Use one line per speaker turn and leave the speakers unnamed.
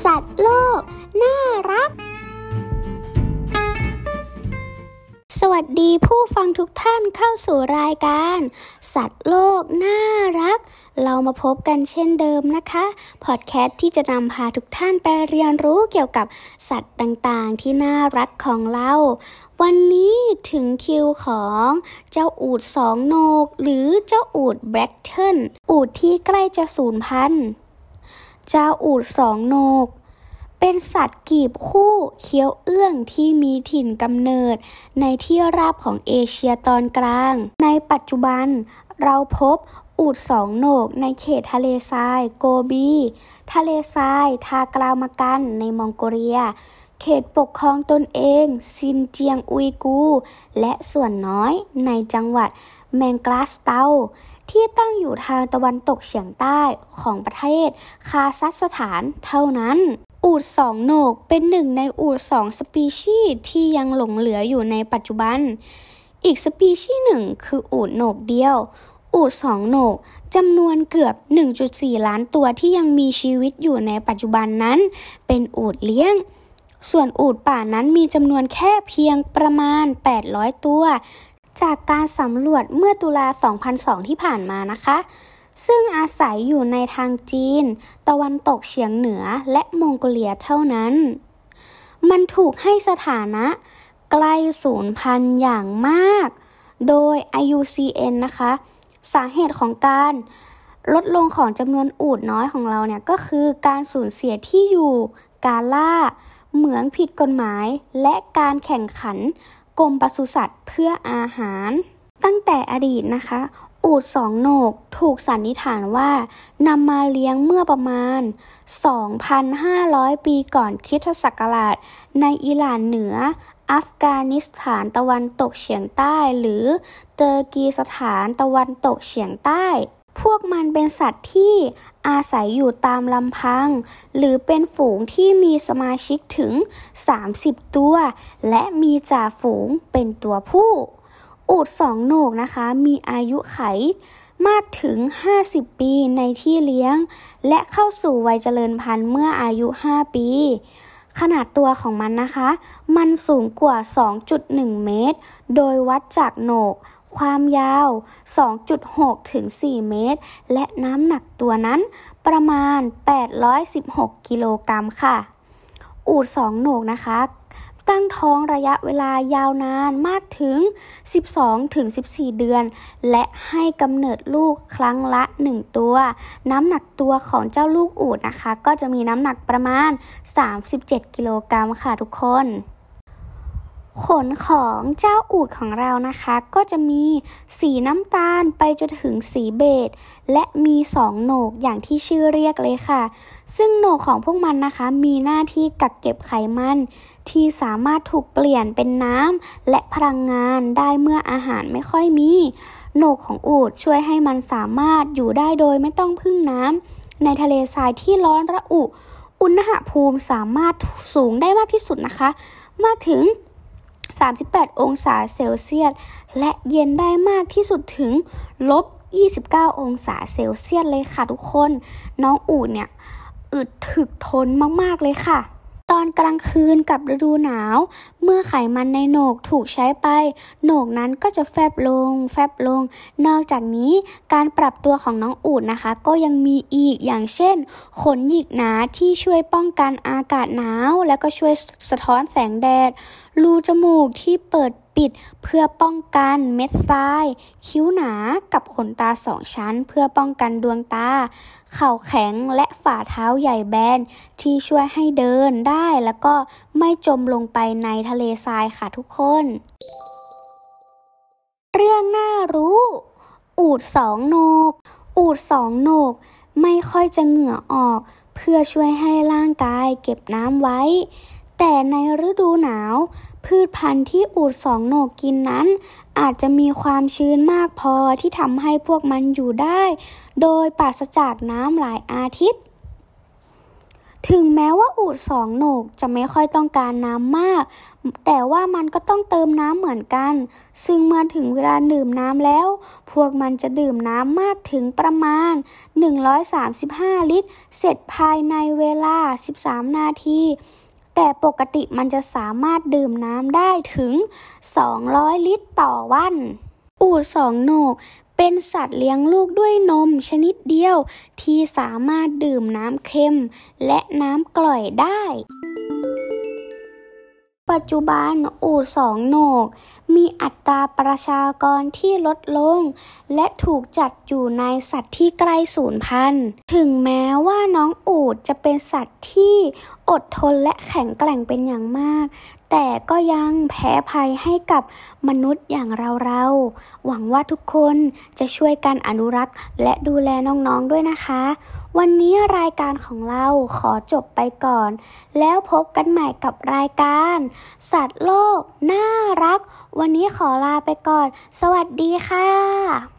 สัตว์โลกน่ารักสวัสดีผู้ฟังทุกท่านเข้าสู่รายการสัตว์โลกน่ารักเรามาพบกันเช่นเดิมนะคะพอดแคสต์ที่จะนำพาทุกท่านไปเรียนรู้เกี่ยวกับสัตว์ต่างๆที่น่ารักของเราวันนี้ถึงคิวของเจ้าอูฐสองโหนกหรือเจ้าอูฐแบล็กเทิลอูฐที่ใกล้จะสูญพันธุ์เจ้าอูฐสองโหนกเป็นสัตว์กีบคู่เคี้ยวเอื้องที่มีถิ่นกำเนิดในที่ราบของเอเชียตอนกลางในปัจจุบันเราพบอูฐสองโหนกในเขตทะเลทรายโกบีทะเลทรายทากรามากันในมองโกเลียเขตปกครองตนเองซินเจียงอุยกูร์และส่วนน้อยในจังหวัดแมงกลาสเตาที่ตั้งอยู่ทางตะวันตกเฉียงใต้ของประเทศคาซัคสถานเท่านั้นอูฐสองโหนกเป็นหนึ่งในอูฐ2สปีชีส์ที่ยังหลงเหลืออยู่ในปัจจุบันอีกสปีชีส์หนึ่งคืออูฐโหนกเดียวอูฐสองโหนกจำนวนเกือบ 1.4 ล้านตัวที่ยังมีชีวิตอยู่ในปัจจุบันนั้นเป็นอูฐเลี้ยงส่วนอูฐป่านั้นมีจำนวนแค่เพียงประมาณ800ตัวจากการสำรวจเมื่อตุลา 2002 ที่ผ่านมานะคะซึ่งอาศัยอยู่ในทางจีนตะวันตกเฉียงเหนือและมองโกเลียเท่านั้นมันถูกให้สถานะใกล้สูญพันธุ์อย่างมากโดย IUCN นะคะสาเหตุของการลดลงของจำนวนอูฐน้อยของเราเนี่ยก็คือการสูญเสียที่อยู่การล่าเหมืองผิดกฎหมายและการแข่งขันกรมปศุสัตว์เพื่ออาหารตั้งแต่อดีตนะคะอูฐสองโหนกถูกสันนิษฐานว่านำมาเลี้ยงเมื่อประมาณ 2,500 ปีก่อนคริสตศักราชในอิหร่านเหนืออัฟกานิสถานตะวันตกเฉียงใต้หรือเตอร์กีสถานตะวันตกเฉียงใต้พวกมันเป็นสัตว์ที่อาศัยอยู่ตามลำพังหรือเป็นฝูงที่มีสมาชิกถึง30ตัวและมีจ่าฝูงเป็นตัวผู้อูฐสองโหนกนะคะมีอายุไขมากถึง50ปีในที่เลี้ยงและเข้าสู่วัยเจริญพันธุ์เมื่ออายุ5ปีขนาดตัวของมันนะคะมันสูงกว่า 2.1 เมตรโดยวัดจากโหนกความยาว 2.6 ถึง 4 เมตรและน้ำหนักตัวนั้นประมาณ816กิโลกรัมค่ะอูฐสองโหนกนะคะตั้งท้องระยะเวลายาวนานมากถึง 12-14 เดือนและให้กำเนิดลูกครั้งละ1ตัวน้ำหนักตัวของเจ้าลูกอูฐนะคะก็จะมีน้ำหนักประมาณ37กิโลกรัมค่ะทุกคนขนของเจ้าอูฐของเรานะคะก็จะมีสีน้ำตาลไปจนถึงสีเบจและมี2โหนกอย่างที่ชื่อเรียกเลยค่ะซึ่งโหนกของพวกมันนะคะมีหน้าที่กักเก็บไขมันที่สามารถถูกเปลี่ยนเป็นน้ำและพลังงานได้เมื่ออาหารไม่ค่อยมีโหนกของอูฐช่วยให้มันสามารถอยู่ได้โดยไม่ต้องพึ่งน้ำในทะเลทรายที่ร้อนระอุอุณหภูมิสามารถสูงได้มากที่สุดนะคะมากถึง38องศาเซลเซียสและเย็นได้มากที่สุดถึง-29องศาเซลเซียสเลยค่ะทุกคนน้องอูฐเนี่ยอึดถึกทนมากๆเลยค่ะตอนกลางคืนกับฤดูหนาวเมื่อไขมันในโหนกถูกใช้ไปโหนกนั้นก็จะแฟบลงนอกจากนี้การปรับตัวของน้องอูฐนะคะก็ยังมีอีกอย่างเช่นขนหยิกหนาที่ช่วยป้องกันอากาศหนาวและก็ช่วยสะท้อนแสงแดดรูจมูกที่เปิดปิดเพื่อป้องกันเม็ดทรายคิ้วหนากับขนตา2ชั้นเพื่อป้องกันดวงตาเข่าแข็งและฝ่าเท้าใหญ่แบนที่ช่วยให้เดินได้แล้วก็ไม่จมลงไปในทะเลทรายค่ะทุกคนเรื่องน่ารู้อูฐสองโหนกอูฐสองโหนกไม่ค่อยจะเหงื่อออกเพื่อช่วยให้ร่างกายเก็บน้ำไว้แต่ในฤดูหนาวพืชพันธุ์ที่อูฐสองโหนกกินนั้นอาจจะมีความชื้นมากพอที่ทำให้พวกมันอยู่ได้โดยปราศจากน้ำหลายอาทิตย์ถึงแม้ว่าอูฐสองโหนกจะไม่ค่อยต้องการน้ำมากแต่ว่ามันก็ต้องเติมน้ำเหมือนกันซึ่งเมื่อถึงเวลาดื่มน้ำแล้วพวกมันจะดื่มน้ำมากถึงประมาณ135ลิตรเสร็จภายในเวลา13นาทีแต่ปกติมันจะสามารถดื่มน้ำได้ถึง200ลิตรต่อวันอูฐสองโหนกเป็นสัตว์เลี้ยงลูกด้วยนมชนิดเดียวที่สามารถดื่มน้ำเค็มและน้ำกร่อยได้ปัจจุบันอูฐสองโหนกมีอัตราประชากรที่ลดลงและถูกจัดอยู่ในสัตว์ที่ใกล้สูญพันธุ์ถึงแม้ว่าน้องอูฐจะเป็นสัตว์ที่อดทนและแข็งแกร่งเป็นอย่างมากแต่ก็ยังแพ้ภัยให้กับมนุษย์อย่างเราหวังว่าทุกคนจะช่วยกันอนุรักษ์และดูแลน้องๆด้วยนะคะวันนี้รายการของเราขอจบไปก่อนแล้วพบกันใหม่กับรายการสัตว์โลกน่ารักวันนี้ขอลาไปก่อนสวัสดีค่ะ